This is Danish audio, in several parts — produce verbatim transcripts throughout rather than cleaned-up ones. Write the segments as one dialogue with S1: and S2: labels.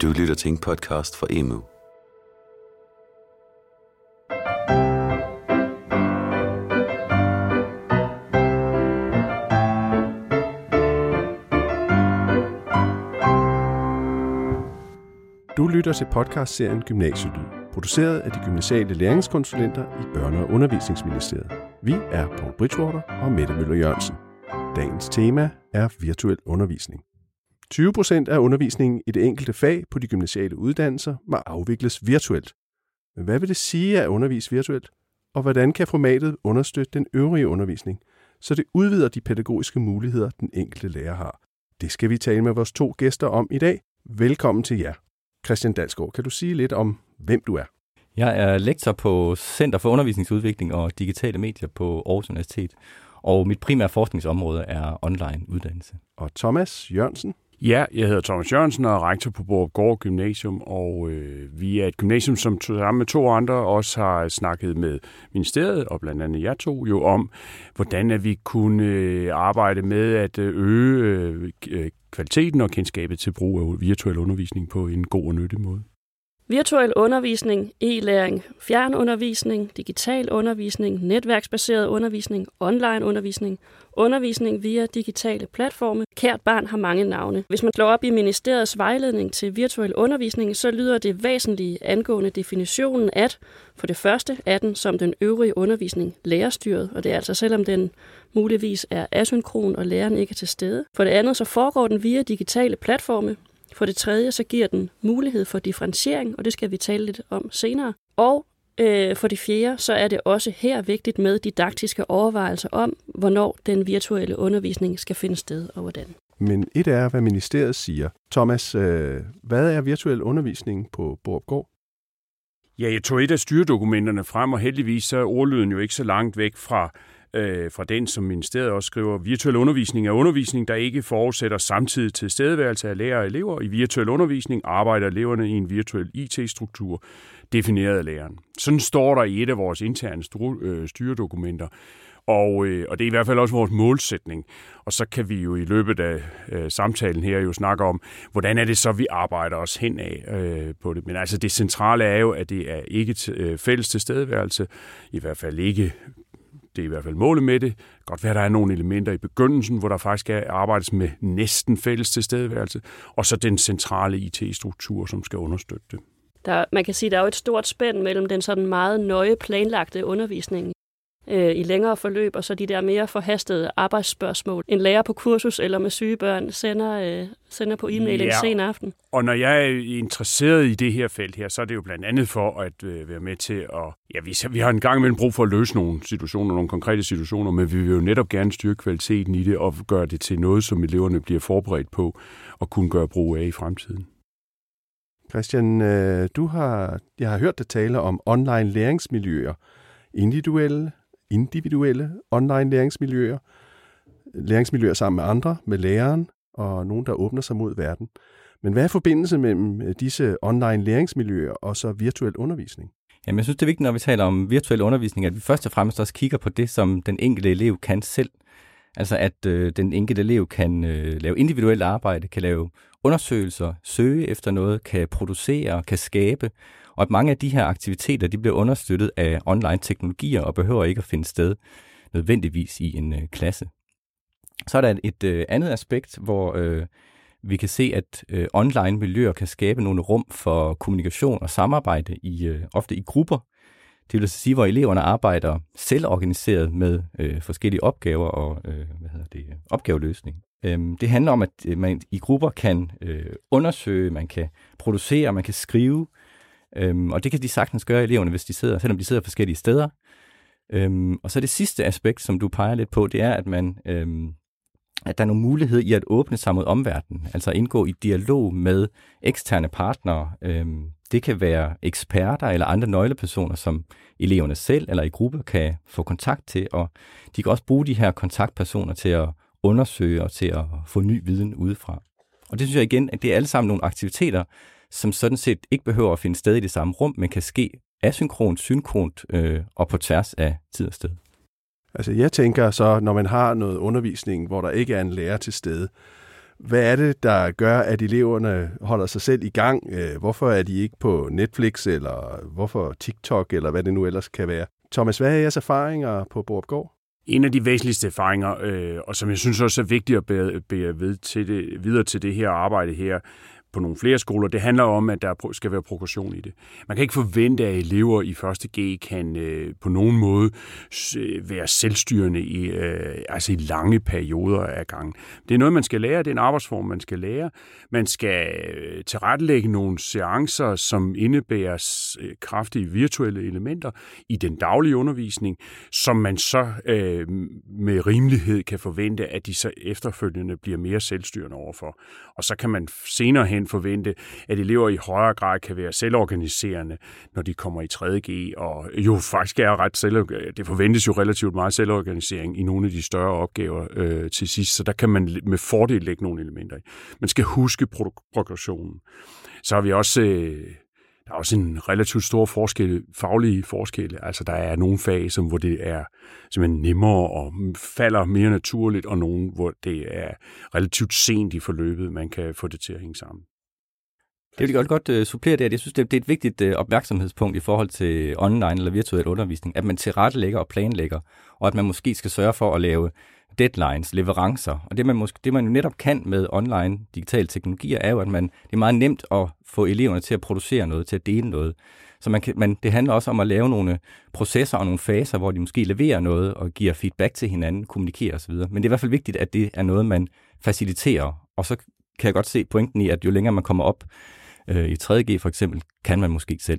S1: Du lytter til en podcast fra Emu.
S2: Du lytter til podcastserien Gymnasielyd, produceret af de gymnasiale læringskonsulenter i Børne- og Undervisningsministeriet. Vi er Poul Bridgewater og Mette Møller Jørgensen. Dagens tema er virtuel undervisning. tyve procent af undervisningen i det enkelte fag på de gymnasiale uddannelser må afvikles virtuelt. Men hvad vil det sige at undervise virtuelt? Og hvordan kan formatet understøtte den øvrige undervisning, så det udvider de pædagogiske muligheder, den enkelte lærer har? Det skal vi tale med vores to gæster om i dag. Velkommen til jer. Christian Dalsgaard, kan du sige lidt om, hvem du er?
S3: Jeg er lektor på Center for Undervisningsudvikling og Digitale Medier på Aarhus Universitet, og mit primære forskningsområde er online uddannelse.
S2: Og Thomas Jørgensen?
S4: Ja, jeg hedder Thomas Jørgensen og er rektor på Borupgård Gymnasium, og øh, vi er et gymnasium, som sammen med to andre også har snakket med ministeriet, og blandt andet jer to, jo om, hvordan at vi kunne øh, arbejde med at øge øh, kvaliteten og kendskabet til brug af virtuel undervisning på en god og nyttig måde.
S5: Virtuel undervisning, e-læring, fjernundervisning, digital undervisning, netværksbaseret undervisning, online undervisning, undervisning via digitale platforme. Kært barn har mange navne. Hvis man slår op i ministeriets vejledning til virtuel undervisning, så lyder det væsentlige angående definitionen, at for det første er den som den øvrige undervisning lærerstyret, og det er altså selvom den muligvis er asynkron og læreren ikke er til stede. For det andet så foregår den via digitale platforme. For det tredje, så giver den mulighed for differentiering, og det skal vi tale lidt om senere. Og øh, for det fjerde, så er det også her vigtigt med didaktiske overvejelser om, hvornår den virtuelle undervisning skal finde sted og hvordan.
S2: Men et er, hvad ministeriet siger. Thomas, øh, hvad er virtuel undervisning på Borupgård?
S4: Ja, jeg tog et af styredokumenterne frem, og heldigvis så er ordlyden jo ikke så langt væk fra fra den, som ministeriet også skriver. Virtuel undervisning er undervisning, der ikke forudsætter samtidig tilstedeværelse af lærere og elever. I virtuel undervisning arbejder eleverne i en virtuel I T-struktur, defineret af læreren. Sådan står der i et af vores interne styredokumenter, og, og det er i hvert fald også vores målsætning. Og så kan vi jo i løbet af øh, samtalen her jo snakke om, hvordan er det så, vi arbejder os hen af øh, på det. Men altså det centrale er jo, at det er ikke t- øh, fælles tilstedeværelse, i hvert fald ikke. Det er i hvert fald målet med det. Godt være, at der er nogle elementer i begyndelsen, hvor der faktisk er arbejdes med næsten fælles tilstedeværelse, og så den centrale I T-struktur, som skal understøtte det.
S5: Der, man kan sige, at der er jo et stort spænd mellem den sådan meget nøje planlagte undervisning øh, i længere forløb, og så de der mere forhastede arbejdsspørgsmål. En lærer på kursus eller med syge børn sender, øh, sender på e-mail ja. en sen aften.
S4: Og når jeg er interesseret i det her felt her, så er det jo blandt andet for at øh, være med til at... Ja, vi, vi har en gang imellem brug for at løse nogle situationer, nogle konkrete situationer, men vi vil jo netop gerne styrke kvaliteten i det og gøre det til noget, som eleverne bliver forberedt på og kunne gøre brug af i fremtiden.
S2: Christian, øh, du har, jeg har hørt dig tale om online læringsmiljøer. Individuelle, individuelle online læringsmiljøer. Læringsmiljøer sammen med andre, med læreren og nogen, der åbner sig mod verden. Men hvad er forbindelsen mellem disse online læringsmiljøer og så virtuel undervisning?
S3: Jamen, jeg synes, det er vigtigt, når vi taler om virtuel undervisning, at vi først og fremmest også kigger på det, som den enkelte elev kan selv. Altså, at øh, den enkelte elev kan øh, lave individuelt arbejde, kan lave undersøgelser, søge efter noget, kan producere, kan skabe. Og at mange af de her aktiviteter, de bliver understøttet af online teknologier og behøver ikke at finde sted nødvendigvis i en øh, klasse. Så er der et øh, andet aspekt, hvor øh, vi kan se, at øh, online miljøer kan skabe nogle rum for kommunikation og samarbejde, i øh, ofte i grupper. Det vil sige, hvor eleverne arbejder selvorganiseret med øh, forskellige opgaver og øh, hvad hedder det, opgaveløsning. Øhm, det handler om, at man i grupper kan øh, undersøge, man kan producere, man kan skrive, øhm, og det kan de sagtens gøre eleverne, hvis de sidder, selvom de sidder forskellige steder. Øhm, og så det sidste aspekt, som du peger lidt på, det er, at man øhm, at der er nogle mulighed i at åbne sig mod omverdenen, altså indgå i dialog med eksterne partnere. Øhm, det kan være eksperter eller andre nøglepersoner, som eleverne selv eller i gruppe kan få kontakt til, og de kan også bruge de her kontaktpersoner til at undersøge og til at få ny viden udefra. Og det synes jeg igen, at det er alle sammen nogle aktiviteter, som sådan set ikke behøver at finde sted i det samme rum, men kan ske asynkront, synkront øh, og på tværs af tid og sted.
S2: Altså jeg tænker så, når man har noget undervisning, hvor der ikke er en lærer til stede, Hvad er det, der gør, at eleverne holder sig selv i gang? Hvorfor er de ikke på Netflix, eller hvorfor TikTok, eller hvad det nu ellers kan være? Thomas, hvad er jeres erfaringer på Borupgård?
S4: En af de væsentligste erfaringer, øh, og som jeg synes også er vigtigt at bære, bære ved til det, videre til det her arbejde her, på nogle flere skoler, det handler om, at der skal være progression i det. Man kan ikke forvente, at elever i første G kan øh, på nogen måde være selvstyrende i, øh, altså i lange perioder af gangen. Det er noget, man skal lære. Det er en arbejdsform, man skal lære. Man skal tilrettelægge nogle seancer, som indebærer kraftige virtuelle elementer i den daglige undervisning, som man så øh, med rimelighed kan forvente, at de så efterfølgende bliver mere selvstyrende overfor. Og så kan man senere hen forvente, at elever i højere grad kan være selvorganiserende, når de kommer i tredje G, og jo faktisk er ret selv, det forventes jo relativt meget selvorganisering i nogle af de større opgaver øh, til sidst, så der kan man med fordel lægge nogle elementer i. Man skal huske progressionen. Så har vi også, øh, der er også en relativt stor forskel, faglige forskelle, altså der er nogle fag, som, hvor det er simpelthen nemmere og falder mere naturligt, og nogle, hvor det er relativt sent i forløbet, man kan få det til at hænge sammen.
S3: Det vil jeg godt uh, supplere det, at jeg synes, det er et vigtigt uh, opmærksomhedspunkt i forhold til online eller virtuel undervisning, at man tilrettelægger og planlægger, og at man måske skal sørge for at lave deadlines, leverancer. Og det man, måske, det, man jo netop kan med online digitale teknologier, er jo, at man, det er meget nemt at få eleverne til at producere noget, til at dele noget. Så man kan, man, det handler også om at lave nogle processer og nogle faser, hvor de måske leverer noget og giver feedback til hinanden, kommunikerer osv. Men det er i hvert fald vigtigt, at det er noget, man faciliterer. Og så kan jeg godt se pointen i, at jo længere man kommer op øh, i tredje G for eksempel, kan man måske selv.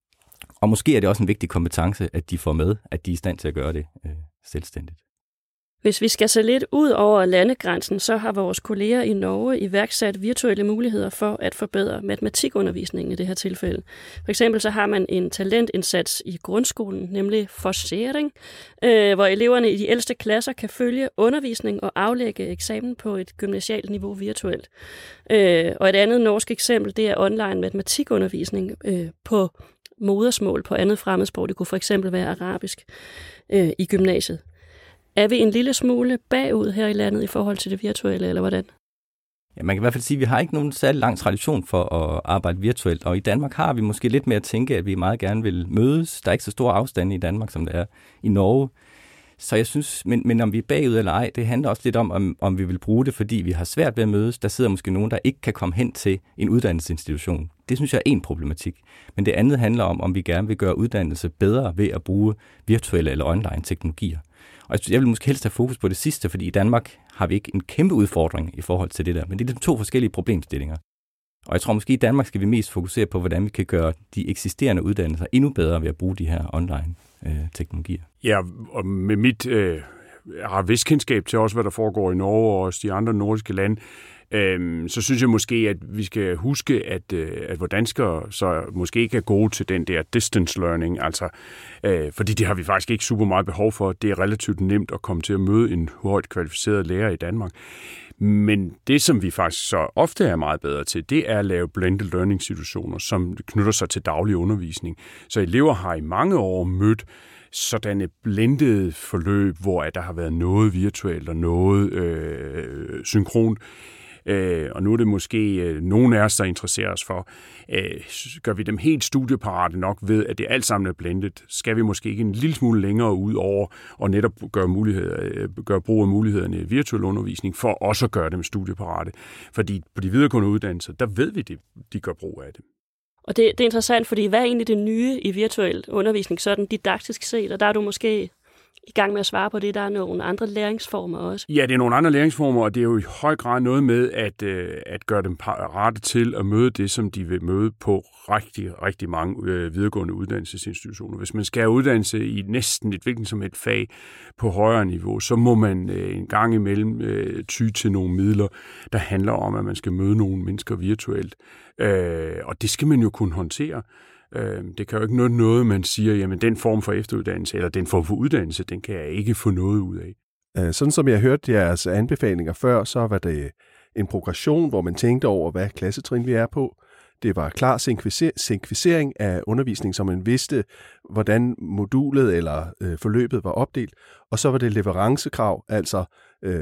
S3: Og måske er det også en vigtig kompetence, at de får med, at de er i stand til at gøre det øh, selvstændigt.
S5: Hvis vi skal se lidt ud over landegrænsen, så har vores kolleger i Norge iværksat virtuelle muligheder for at forbedre matematikundervisningen i det her tilfælde. For eksempel så har man en talentindsats i grundskolen, nemlig forsering, øh, hvor eleverne i de ældste klasser kan følge undervisning og aflægge eksamen på et gymnasialt niveau virtuelt. Øh, og et andet norsk eksempel, det er online matematikundervisning øh, på modersmål på andet fremmedsprog. Det kunne for eksempel være arabisk øh, i gymnasiet. Er vi en lille smule bagud her i landet i forhold til det virtuelle, eller hvordan?
S3: Ja, man kan i hvert fald sige, at vi har ikke nogen særlig lang tradition for at arbejde virtuelt, og i Danmark har vi måske lidt mere at tænke, at vi meget gerne vil mødes. Der er ikke så stor afstand i Danmark, som der er i Norge. Så jeg synes, men, men om vi er bagud eller ej, det handler også lidt om, om, om vi vil bruge det, fordi vi har svært ved at mødes. Der sidder måske nogen, der ikke kan komme hen til en uddannelsesinstitution. Det synes jeg er en problematik. Men det andet handler om, om vi gerne vil gøre uddannelse bedre ved at bruge virtuelle eller online teknologier. Og jeg vil måske helst have fokus på det sidste, fordi i Danmark har vi ikke en kæmpe udfordring i forhold til det der. Men det er to forskellige problemstillinger. Og jeg tror måske i Danmark skal vi mest fokusere på, hvordan vi kan gøre de eksisterende uddannelser endnu bedre ved at bruge de her online øh, teknologier.
S4: Ja, og med mit øh, jeg har vist kendskab til også, hvad der foregår i Norge og også de andre nordiske lande, Øhm, så synes jeg måske, at vi skal huske, at, øh, at vores danskere så måske ikke er gode til den der distance learning, altså, øh, fordi det har vi faktisk ikke super meget behov for. Det er relativt nemt at komme til at møde en højt kvalificeret lærer i Danmark. Men det, som vi faktisk så ofte er meget bedre til, det er at lave blended learning-situationer, som knytter sig til daglig undervisning. Så elever har i mange år mødt sådan et blendet forløb, hvor der har været noget virtuelt og noget øh, synkront. Øh, og nu er det måske øh, nogen af os, der interesserer os for. Øh, gør vi dem helt studieparate nok ved, at det alt sammen er blendet? Skal vi måske ikke en lille smule længere ud over og netop gøre, muligheder, øh, gøre brug af mulighederne i virtuel undervisning for også at gøre dem studieparate? Fordi på de videregående uddannelser, der ved vi, at de gør brug af det.
S5: Og det, det er interessant, fordi hvad er egentlig det nye i virtuel undervisning, sådan didaktisk set? Og der er du måske i gang med at svare på det, der er nogle andre læringsformer også. Ja,
S4: det er nogle andre læringsformer, og det er jo i høj grad noget med at, øh, at gøre dem parate til at møde det, som de vil møde på rigtig, rigtig mange øh, videregående uddannelsesinstitutioner. Hvis man skal have uddannelse i næsten et hvilken som et fag på højere niveau, så må man øh, en gang imellem øh, ty til nogle midler, der handler om, at man skal møde nogle mennesker virtuelt. Øh, og det skal man jo kunne håndtere. Det kan jo ikke noget, noget, man siger, jamen den form for efteruddannelse, eller den form for uddannelse, den kan jeg ikke få noget ud af.
S2: Sådan som jeg hørte jeres anbefalinger før, så var det en progression, hvor man tænkte over, hvad klassetrin vi er på. Det var klar senkvisering af undervisning, så man vidste, hvordan modulet eller øh, forløbet var opdelt. Og så var det leverancekrav, altså øh,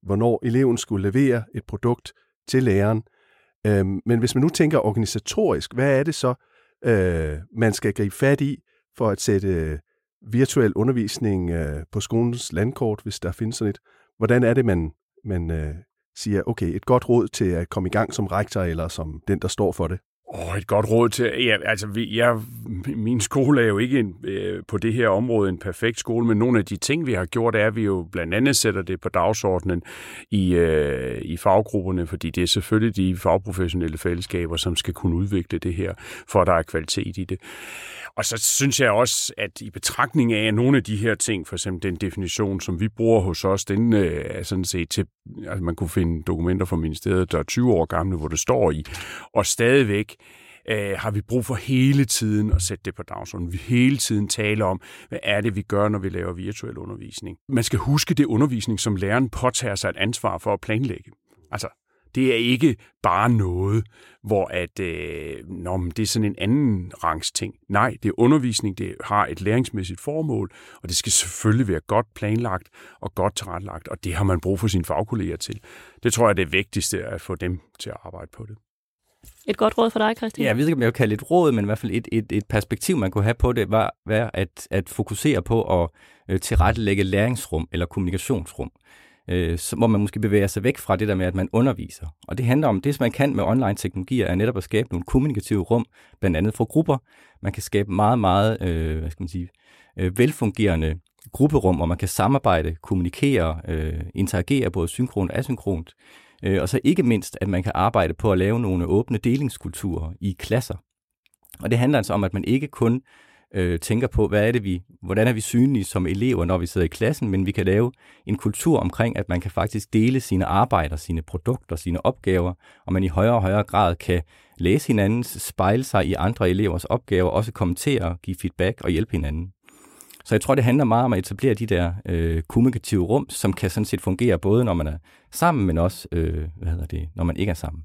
S2: hvornår eleven skulle levere et produkt til læreren. Øhm, men hvis man nu tænker organisatorisk, hvad er det så, øh, man skal gribe fat i for at sætte øh, virtuel undervisning øh, på skolens landkort, hvis der findes sådan et? Hvordan er det, man, man øh, siger, okay, et godt råd til at komme i gang som rektor eller som den, der står for det?
S4: Åh, et godt råd til... Ja, altså, vi, jeg, min skole er jo ikke en, øh, på det her område en perfekt skole, men nogle af de ting, vi har gjort, er, at vi jo blandt andet sætter det på dagsordenen i, øh, i faggrupperne, fordi det er selvfølgelig de fagprofessionelle fællesskaber, som skal kunne udvikle det her, for at der er kvalitet i det. Og så synes jeg også, at i betragtning af nogle af de her ting, for eksempel den definition, som vi bruger hos os, den øh, er sådan set til... Altså, man kunne finde dokumenter fra ministeriet, der er tyve år gamle, hvor det står i, og stadigvæk øh, har vi brug for hele tiden at sætte det på dagsordenen. Vi hele tiden taler om, hvad er det, vi gør, når vi laver virtuel undervisning. Man skal huske det undervisning, som læreren påtager sig et ansvar for at planlægge. Altså, det er ikke bare noget, hvor at, øh, nå, det er sådan en anden rangs ting. Nej, det er undervisning, det har et læringsmæssigt formål, og det skal selvfølgelig være godt planlagt og godt tilrettelagt, og det har man brug for sine fagkolleger til. Det tror jeg er det vigtigste, at få dem til at arbejde på det.
S5: Et godt råd for dig, Christian?
S3: Ja, jeg ved ikke, om jeg vil kalde det et råd, men i hvert fald et, et, et perspektiv, man kunne have på det, var, var at, at fokusere på at øh, tilrettelægge læringsrum eller kommunikationsrum, øh, så, hvor man måske bevæger sig væk fra det der med, at man underviser. Og det handler om, det som man kan med online-teknologier, er netop at skabe nogle kommunikative rum, blandt andet for grupper. Man kan skabe meget, meget øh, hvad skal man sige, øh, velfungerende grupperum, hvor man kan samarbejde, kommunikere, øh, interagere både synkront og asynkront. Øh, og så ikke mindst, at man kan arbejde på at lave nogle åbne delingskulturer i klasser. Og det handler altså om, at man ikke kun øh, tænker på, hvad er det vi, hvordan er vi synlige som elever, når vi sidder i klassen, men vi kan lave en kultur omkring, at man kan faktisk dele sine arbejder, sine produkter, sine opgaver, og man i højere og højere grad kan læse hinandens, spejle sig i andre elevers opgaver, også kommentere, give feedback og hjælpe hinanden. Så jeg tror, det handler meget om at etablere de der øh, kommunikative rum, som kan sådan set fungere både, når man er sammen, men også, øh, hvad hedder det, når man ikke er sammen.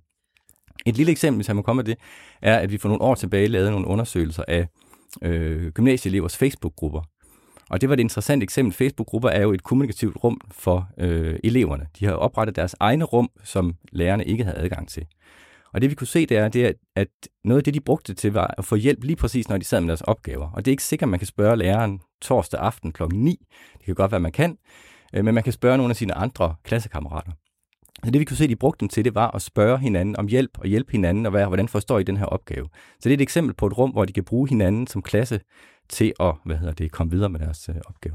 S3: Et lille eksempel, hvis jeg må komme med det, er, at vi for nogle år tilbage lavede nogle undersøgelser af øh, gymnasieelevers Facebook-grupper. Og det var et interessant eksempel. Facebook-grupper er jo et kommunikativt rum for øh, eleverne. De har oprettet deres egne rum, som lærerne ikke havde adgang til. Og det vi kunne se, det er, det er, at noget af det, de brugte til, var at få hjælp lige præcis, når de sad med deres opgaver. Og det er ikke sikkert, at man kan spørge læreren torsdag aften klokken ni. Det kan godt være, man kan. Men man kan spørge nogle af sine andre klassekammerater. Så det vi kunne se, de brugte dem til, det var at spørge hinanden om hjælp og hjælpe hinanden, og hvordan forstår I den her opgave. Så det er et eksempel på et rum, hvor de kan bruge hinanden som klasse til at, hvad hedder det, komme videre med deres øh, opgaver.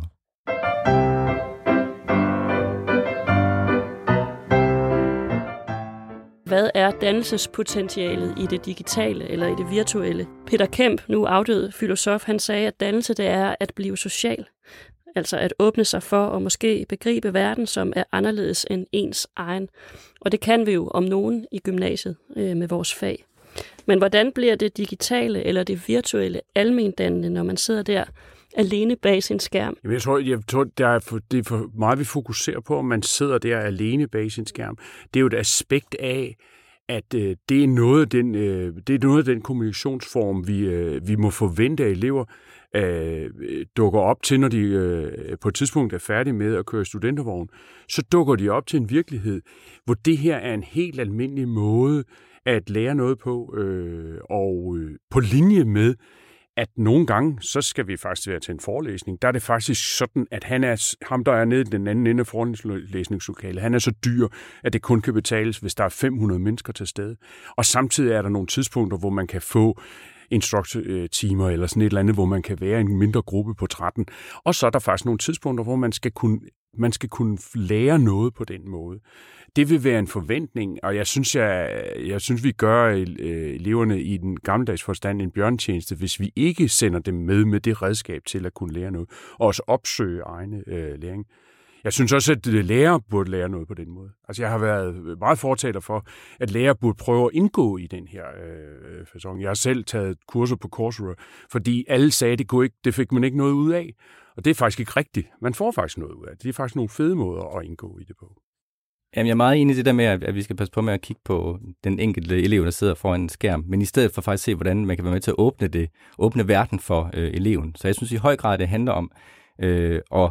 S5: Hvad er dannelsespotentialet i det digitale eller i det virtuelle? Peter Kemp, nu afdød filosof, han sagde, at dannelse det er at blive social. Altså at åbne sig for og måske begribe verden, som er anderledes end ens egen. Og det kan vi jo om nogen i gymnasiet øh, med vores fag. Men hvordan bliver det digitale eller det virtuelle almendannende, når man sidder der alene bag sin skærm?
S4: Jamen, jeg tror, jeg tror der er for, det er for meget, vi fokuserer på, om man sidder der alene bag sin skærm. Det er jo et aspekt af, at øh, det, er noget af den, øh, det er noget af den kommunikationsform, vi, øh, vi må forvente af elever øh, dukker op til, når de øh, på et tidspunkt er færdige med at køre studentervogn. Så dukker de op til en virkelighed, hvor det her er en helt almindelig måde at lære noget på, øh, og øh, på linje med, at nogle gange, så skal vi faktisk være til en forelæsning. Der er det faktisk sådan, at han er, ham, der er nede i den anden ende af forelæsningslokalet, han er så dyr, at det kun kan betales, hvis der er fem hundrede mennesker til stede. Og samtidig er der nogle tidspunkter, hvor man kan få instructor-timer eller sådan et eller andet, hvor man kan være en mindre gruppe på tretten. Og så er der faktisk nogle tidspunkter, hvor man skal kunne, man skal kunne lære noget på den måde. Det vil være en forventning, og jeg synes, jeg, jeg synes vi gør eleverne i den gammeldags forstand en bjørnetjeneste, hvis vi ikke sender dem med med det redskab til at kunne lære noget, og også opsøge egne øh, læring. Jeg synes også, at lærere burde lære noget på den måde. Altså, jeg har været meget fortaler for, at lærere burde prøve at indgå i den her øh, facon. Jeg har selv taget kurser på Coursera, fordi alle sagde, at det, kunne ikke, det fik man ikke noget ud af. Og det er faktisk ikke rigtigt. Man får faktisk noget ud af det. Det er faktisk nogle fede måder at indgå i det på.
S3: Jamen, jeg er meget enig i det der med, at vi skal passe på med at kigge på den enkelte elev, der sidder foran en skærm, men i stedet for faktisk se, hvordan man kan være med til at åbne det, åbne verden for øh, eleven. Så jeg synes i høj grad, det handler om øh, at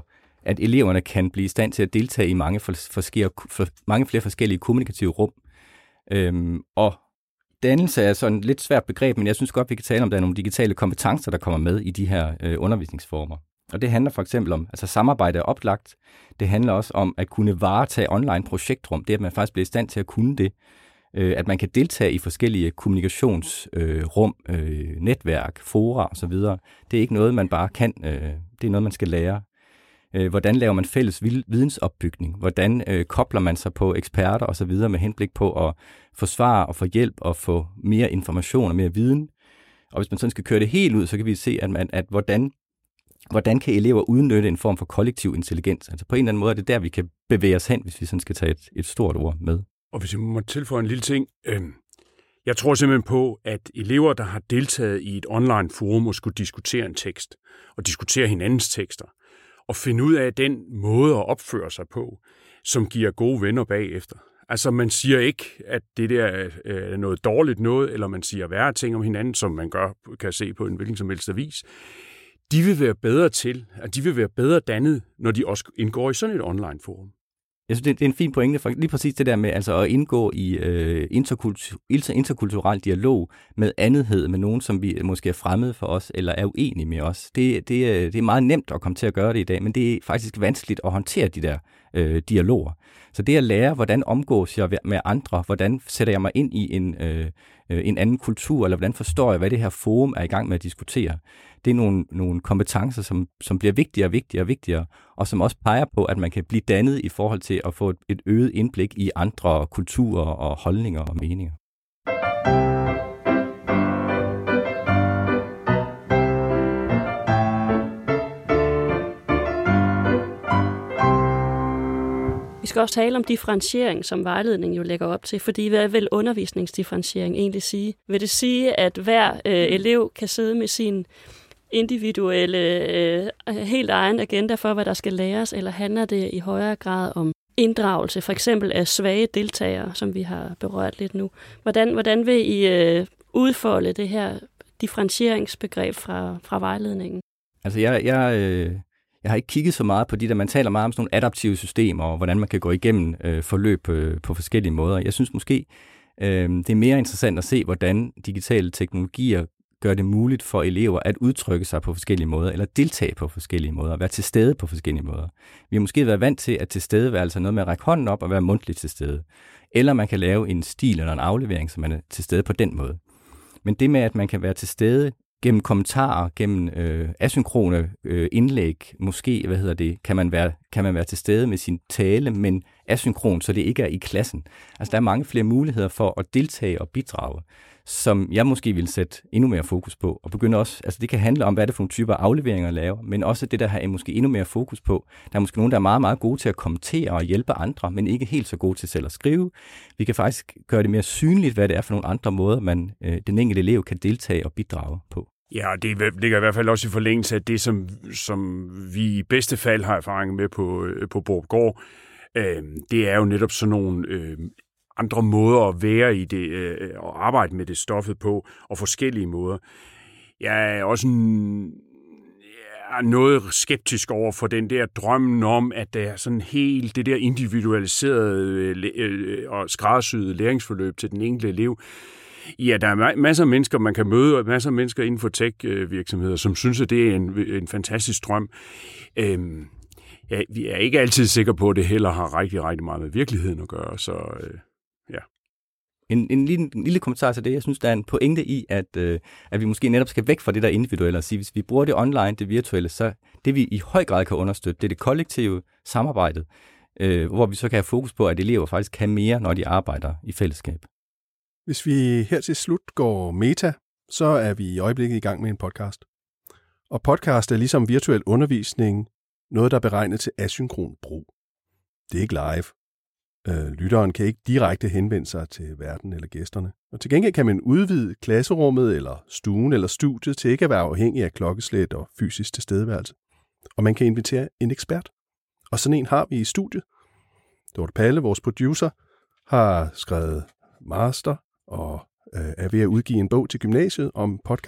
S3: at eleverne kan blive i stand til at deltage i mange, for, for, for, mange flere forskellige kommunikative rum. Øhm, og dannelse er sådan et lidt svært begreb, men jeg synes godt, vi kan tale om, at der er nogle digitale kompetencer, der kommer med i de her øh, undervisningsformer. Og det handler for eksempel om, altså samarbejde er oplagt. Det handler også om at kunne varetage online projektrum. Det, at man faktisk bliver i stand til at kunne det. Øh, at man kan deltage i forskellige kommunikationsrum, øh, øh, netværk, fora osv. Det er ikke noget, man bare kan. Øh, det er noget, man skal lære. Øh, hvordan laver man fælles vidensopbygning? Hvordan øh, kobler man sig på eksperter osv. med henblik på at forsvare og få hjælp og få mere information og mere viden? Og hvis man sådan skal køre det helt ud, så kan vi se, at, man, at hvordan Hvordan kan elever udnytte en form for kollektiv intelligens? Altså på en eller anden måde er det der, vi kan bevæge os hen, hvis vi sådan skal tage et, et stort ord med.
S4: Og hvis jeg må tilføje en lille ting. Øh, jeg tror simpelthen på, at elever, der har deltaget i et online forum og skulle diskutere en tekst, og diskutere hinandens tekster, og finde ud af den måde at opføre sig på, som giver gode venner bagefter. Altså man siger ikke, at det der er noget dårligt noget, eller man siger værre ting om hinanden, som man gør, kan se på en hvilken som helst avis. De vil være bedre til, at de vil være bedre dannet, når de også indgår i sådan et online forum.
S3: Jeg synes, det er en fin pointe for lige præcis det der med altså at indgå i øh, interkultur, interkulturel dialog med andethed, med nogen, som vi måske er fremmede for os, eller er uenige med os. Det, det, det er meget nemt at komme til at gøre det i dag, men det er faktisk vanskeligt at håndtere de der øh, dialoger. Så det at lære, hvordan omgås jeg med andre, hvordan sætter jeg mig ind i en, øh, en anden kultur, eller hvordan forstår jeg, hvad det her forum er i gang med at diskutere. Det er nogle, nogle kompetencer, som, som bliver vigtigere og vigtigere og vigtigere, og som også peger på, at man kan blive dannet i forhold til at få et, et øget indblik i andre kulturer og holdninger og meninger.
S5: Vi skal også tale om differentiering, som vejledningen jo lægger op til, fordi hvad vil undervisningsdifferentiering egentlig sige? Vil det sige, at hver øh, elev kan sidde med sin individuelle, øh, helt egen agenda for, hvad der skal læres, eller handler det i højere grad om inddragelse, for eksempel af svage deltagere, som vi har berørt lidt nu? Hvordan, hvordan vil I øh, udfolde det her differentieringsbegreb fra, fra vejledningen?
S3: Altså jeg... jeg øh Jeg har ikke kigget så meget på de der, man taler meget om sådan nogle adaptive systemer, og hvordan man kan gå igennem øh, forløb øh, på forskellige måder. Jeg synes måske, øh, det er mere interessant at se, hvordan digitale teknologier gør det muligt for elever at udtrykke sig på forskellige måder, eller deltage på forskellige måder, være til stede på forskellige måder. Vi har måske været vant til, at til stedeværelse er noget med at række hånden op og være mundtligt til stede. Eller man kan lave en stil eller en aflevering, så man er til stede på den måde. Men det med, at man kan være til stede gennem kommentarer, gennem øh, asynkrone øh, indlæg, måske, hvad hedder det, kan man, være, kan man være til stede med sin tale, men asynkron, så det ikke er i klassen. Altså, der er mange flere muligheder for at deltage og bidrage, som jeg måske vil sætte endnu mere fokus på, og begynde også, altså det kan handle om, hvad det er for nogle typer afleveringer at lave, men også det, der har måske endnu mere fokus på. Der er måske nogen, der er meget, meget gode til at kommentere og hjælpe andre, men ikke helt så gode til selv at skrive. Vi kan faktisk gøre det mere synligt, hvad det er for nogle andre måder, man, øh, den enkelte elev kan deltage og bidrage på.
S4: Ja, og det ligger i hvert fald også i forlængelse af det, som, som vi i bedste fald har erfaring med på, på Borupgård. Øh, det er jo netop sådan nogle øh, andre måder at være i det, øh, og arbejde med det stoffet på, og forskellige måder. Jeg er også en, jeg er noget skeptisk over for den der drømmen om, at der er sådan helt det der individualiserede øh, og skræddersyede læringsforløb til den enkelte elev. Ja, der er masser af mennesker, man kan møde, og masser af mennesker inden for tech-virksomheder, som synes, at det er en, en fantastisk drøm. Øhm, ja, vi er ikke altid sikre på, at det heller har rigtig, rigtig meget med virkeligheden at gøre, så øh, ja.
S3: En, en, lille, en lille kommentar til det. Jeg synes, der er en pointe i, at, øh, at vi måske netop skal væk fra det der individuelle og sige, hvis vi bruger det online, det virtuelle, så det vi i høj grad kan understøtte, det er det kollektive samarbejde, øh, hvor vi så kan have fokus på, at elever faktisk kan mere, når de arbejder i fællesskab.
S2: Hvis vi her til slut går meta, så er vi i øjeblikket i gang med en podcast. Og podcast er ligesom virtuel undervisning noget, der er beregnet til asynkron brug. Det er ikke live. Øh, lytteren kan ikke direkte henvende sig til verden eller gæsterne. Og til gengæld kan man udvide klasserummet eller stuen eller studiet til ikke at være afhængig af klokkeslæt og fysisk tilstedeværelse. Og man kan invitere en ekspert. Og sådan en har vi i studiet. Dorte Palle, vores producer, har skrevet master og øh, er ved at udgive en bog til gymnasiet om podcast.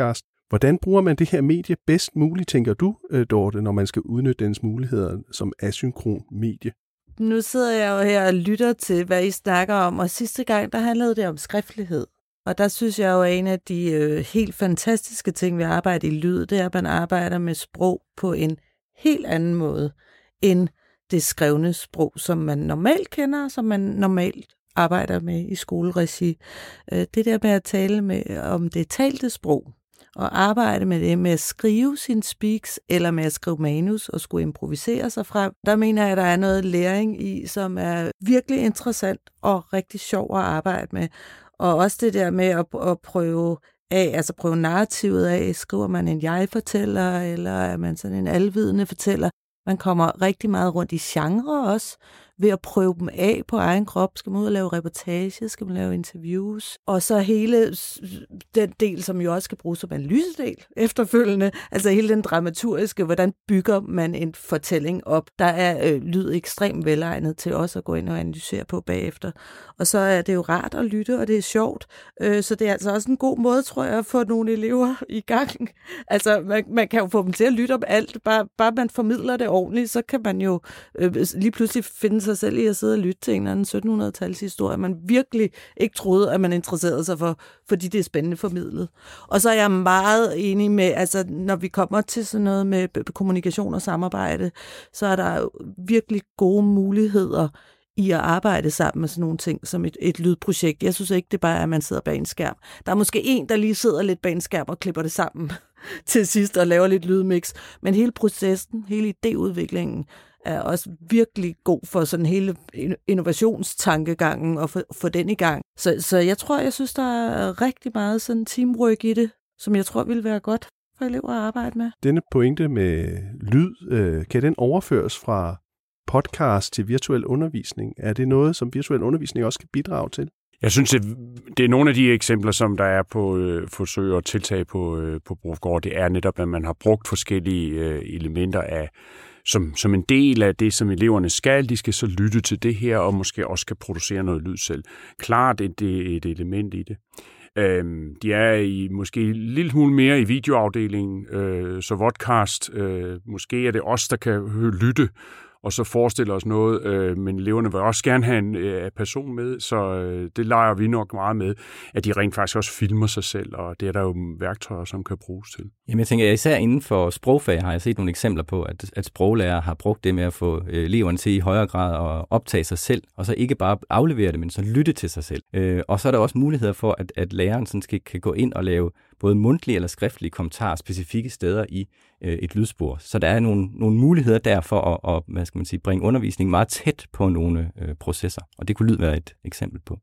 S2: Hvordan bruger man det her medie bedst muligt, tænker du, Dorte, når man skal udnytte dens muligheder som asynkron medie?
S6: Nu sidder jeg jo her og lytter til, hvad I snakker om, og sidste gang, der handlede det om skriftlighed. Og der synes jeg jo, at en af de øh, helt fantastiske ting ved at arbejde i lyd, det er, at man arbejder med sprog på en helt anden måde end det skrevne sprog, som man normalt kender, som man normalt arbejder med i skoleregi. Det der med at tale med, om det talte sprog, og arbejde med det med at skrive sin speaks, eller med at skrive manus og skulle improvisere sig frem, der mener jeg, at der er noget læring i, som er virkelig interessant og rigtig sjov at arbejde med. Og også det der med at, at prøve af, altså prøve narrativet af, skriver man en jeg-fortæller, eller er man sådan en alvidende fortæller. Man kommer rigtig meget rundt i genre også, ved at prøve dem af på egen krop. Skal man ud og lave reportage, skal man lave interviews. Og så hele den del, som jo også skal bruges som analysedel efterfølgende, altså hele den dramaturgiske, hvordan bygger man en fortælling op. Der er øh, lyd ekstremt velegnet til også at gå ind og analysere på bagefter. Og så er det jo rart at lytte, og det er sjovt. Øh, så det er altså også en god måde, tror jeg, at få nogle elever i gang. Altså, man, man kan jo få dem til at lytte om alt. Bare, bare man formidler det ordentligt, så kan man jo øh, lige pludselig finde sig selv i at sidde og lytte til en eller anden sytten hundrede-tals historie, man virkelig ikke troede, at man interesserede sig for, fordi det er spændende formidlet. Og så er jeg meget enig med, altså når vi kommer til sådan noget med kommunikation og samarbejde, så er der virkelig gode muligheder i at arbejde sammen med sådan nogle ting som et, et lydprojekt. Jeg synes ikke, det bare er, at man sidder bag en skærm. Der er måske en, der lige sidder lidt bag en skærm og klipper det sammen til sidst og laver lidt lydmix. Men hele processen, hele idéudviklingen er også virkelig god for sådan hele innovationstankegangen og få, få den i gang. Så, så jeg tror, jeg synes, der er rigtig meget sådan teamwork i det, som jeg tror vil være godt for elever at arbejde med.
S2: Denne pointe med lyd, øh, kan den overføres fra podcast til virtuel undervisning? Er det noget, som virtuel undervisning også kan bidrage til?
S4: Jeg synes, det, det er nogle af de eksempler, som der er på øh, forsøg og tiltag på, øh, på Brofgård. Det er netop, at man har brugt forskellige øh, elementer af Som, som en del af det, som eleverne skal. De skal så lytte til det her, og måske også skal producere noget lyd selv. Klart et, et element i det. Øhm, de er i måske en lille smule mere i videoafdelingen, øh, så vodcast, øh, måske er det os, der kan lytte, og så forestille os noget, øh, men eleverne vil også gerne have en øh, person med, så øh, det leger vi nok meget med, at de rent faktisk også filmer sig selv, og det er der jo værktøjer, som kan bruges til.
S3: Jamen jeg tænker, især inden for sprogfag har jeg set nogle eksempler på, at, at sproglærere har brugt det med at få øh, eleverne til i højere grad at optage sig selv, og så ikke bare aflevere det, men så lytte til sig selv. Øh, og så er der også muligheder for, at, at læreren sådan skal, kan gå ind og lave både mundtlige eller skriftlige kommentarer specifikke steder i øh, et lydspor. Så der er nogle, nogle muligheder der for at, at hvad skal man sige, bringe undervisning meget tæt på nogle øh, processer. Og det kunne lyd være et eksempel på.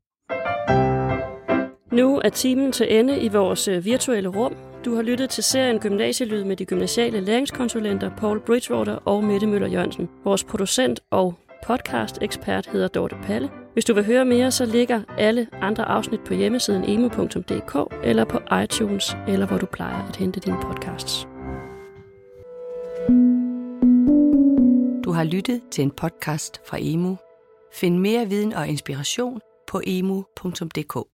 S5: Nu er timen til ende i vores øh, virtuelle rum. Du har lyttet til serien Gymnasielyd med de gymnasiale læringskonsulenter Paul Bridgewater og Mette Møller Jørgensen. Vores producent og podcast-ekspert hedder Dorte Palle. Hvis du vil høre mere, så ligger alle andre afsnit på hjemmesiden emu punktum d k eller på iTunes, eller hvor du plejer at hente dine podcasts.
S7: Du har lyttet til en podcast fra Emu. Find mere viden og inspiration på emu punktum d k.